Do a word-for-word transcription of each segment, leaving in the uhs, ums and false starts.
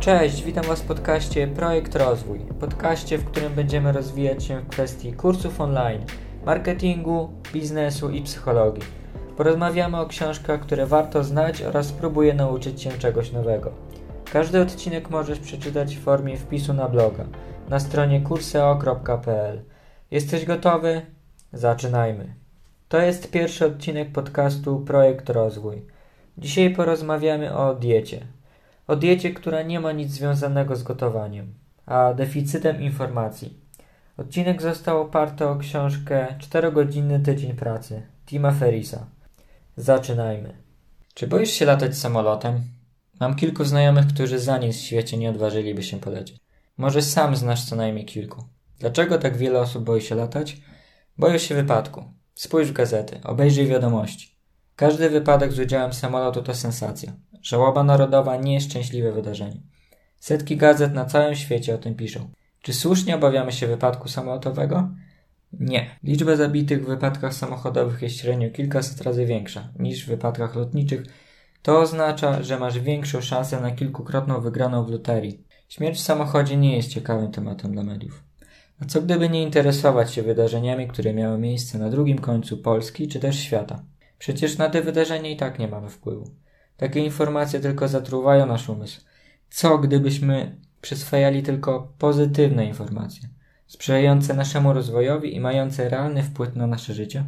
Cześć, witam Was w podcaście Projekt Rozwój. Podcaście, w którym będziemy rozwijać się w kwestii kursów online, marketingu, biznesu i psychologii. Porozmawiamy o książkach, które warto znać oraz spróbuję nauczyć się czegoś nowego. Każdy odcinek możesz przeczytać w formie wpisu na bloga na stronie kurseo kropka pe el. Jesteś gotowy? Zaczynajmy. To jest pierwszy odcinek podcastu Projekt Rozwój. Dzisiaj porozmawiamy o diecie. O diecie, która nie ma nic związanego z gotowaniem, a deficytem informacji. Odcinek został oparty o książkę czterogodzinny tydzień pracy Tima Ferrissa. Zaczynajmy. Czy boisz się latać samolotem? Mam kilku znajomych, którzy za nic w świecie nie odważyliby się polecieć. Może sam znasz co najmniej kilku. Dlaczego tak wiele osób boi się latać? Boją się wypadku. Spójrz w gazety, obejrzyj wiadomości. Każdy wypadek z udziałem samolotu to sensacja. Żałoba narodowa nie jest szczęśliwe wydarzenie. Setki gazet na całym świecie o tym piszą. Czy słusznie obawiamy się wypadku samolotowego? Nie. Liczba zabitych w wypadkach samochodowych jest średnio kilkaset razy większa niż w wypadkach lotniczych. To oznacza, że masz większą szansę na kilkukrotną wygraną w loterii. Śmierć w samochodzie nie jest ciekawym tematem dla mediów. A co gdyby nie interesować się wydarzeniami, które miały miejsce na drugim końcu Polski czy też świata? Przecież na te wydarzenia i tak nie mamy wpływu. Takie informacje tylko zatruwają nasz umysł. Co gdybyśmy przyswajali tylko pozytywne informacje, sprzyjające naszemu rozwojowi i mające realny wpływ na nasze życie?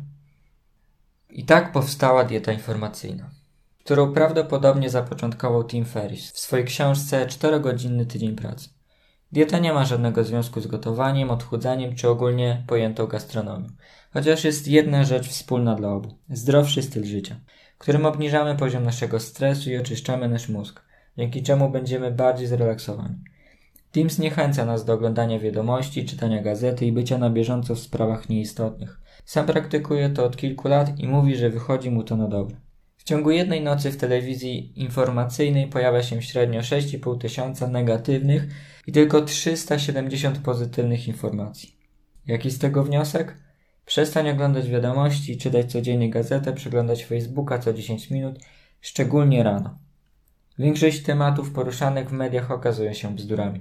I tak powstała dieta informacyjna, którą prawdopodobnie zapoczątkował Tim Ferriss w swojej książce czterogodzinny tydzień pracy. Dieta nie ma żadnego związku z gotowaniem, odchudzaniem czy ogólnie pojętą gastronomią. Chociaż jest jedna rzecz wspólna dla obu. Zdrowszy styl życia, którym obniżamy poziom naszego stresu i oczyszczamy nasz mózg, dzięki czemu będziemy bardziej zrelaksowani. Tim zniechęca nas do oglądania wiadomości, czytania gazety i bycia na bieżąco w sprawach nieistotnych. Sam praktykuje to od kilku lat i mówi, że wychodzi mu to na dobre. W ciągu jednej nocy w telewizji informacyjnej pojawia się średnio sześć i pół tysiąca negatywnych i tylko trzysta siedemdziesiąt pozytywnych informacji. Jaki z tego wniosek? Przestań oglądać wiadomości, czytać codziennie gazetę, przeglądać Facebooka co dziesięć minut, szczególnie rano. Większość tematów poruszanych w mediach okazuje się bzdurami.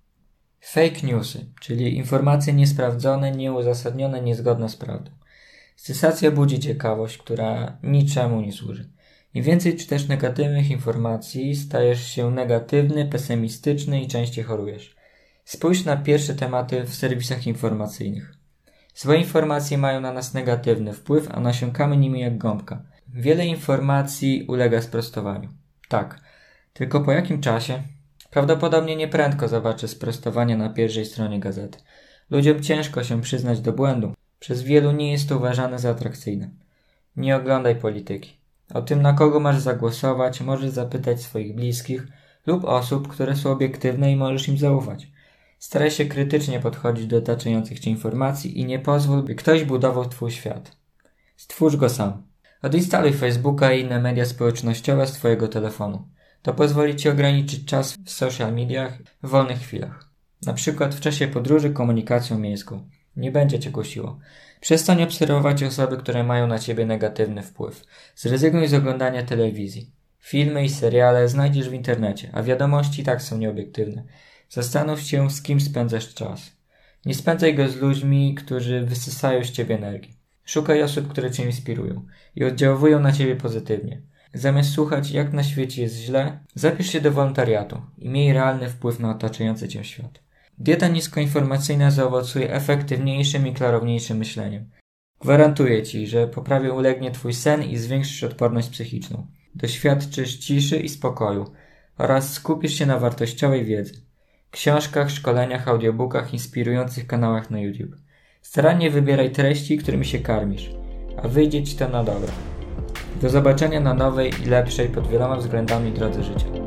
Fake newsy, czyli informacje niesprawdzone, nieuzasadnione, niezgodne z prawdą. Sensacja budzi ciekawość, która niczemu nie służy. Im więcej czytasz negatywnych informacji, stajesz się negatywny, pesymistyczny i częściej chorujesz. Spójrz na pierwsze tematy w serwisach informacyjnych. Złe informacje mają na nas negatywny wpływ, a nasiąkamy nimi jak gąbka. Wiele informacji ulega sprostowaniu. Tak, tylko po jakim czasie? Prawdopodobnie nieprędko zobaczę sprostowanie na pierwszej stronie gazety. Ludziom ciężko się przyznać do błędu. Przez wielu nie jest to uważane za atrakcyjne. Nie oglądaj polityki. O tym, na kogo masz zagłosować, możesz zapytać swoich bliskich lub osób, które są obiektywne i możesz im zaufać. Staraj się krytycznie podchodzić do otaczających cię informacji i nie pozwól, by ktoś budował twój świat. Stwórz go sam. Odinstaluj Facebooka i inne media społecznościowe z twojego telefonu. To pozwoli ci ograniczyć czas w social mediach w wolnych chwilach. Na przykład w czasie podróży komunikacją miejską. Nie będzie cię kusiło. Przestań obserwować osoby, które mają na ciebie negatywny wpływ. Zrezygnuj z oglądania telewizji. Filmy i seriale znajdziesz w internecie, a wiadomości i tak są nieobiektywne. Zastanów się, z kim spędzasz czas. Nie spędzaj go z ludźmi, którzy wysysają z ciebie energię. Szukaj osób, które cię inspirują i oddziałują na ciebie pozytywnie. Zamiast słuchać, jak na świecie jest źle, zapisz się do wolontariatu i miej realny wpływ na otaczający cię świat. Dieta niskoinformacyjna zaowocuje efektywniejszym i klarowniejszym myśleniem. Gwarantuję ci, że poprawie ulegnie twój sen i zwiększysz odporność psychiczną. Doświadczysz ciszy i spokoju oraz skupisz się na wartościowej wiedzy. Książkach, szkoleniach, audiobookach, inspirujących kanałach na YouTube. Starannie wybieraj treści, którymi się karmisz, a wyjdzie ci to na dobre. Do zobaczenia na nowej i lepszej pod wieloma względami drodze życia.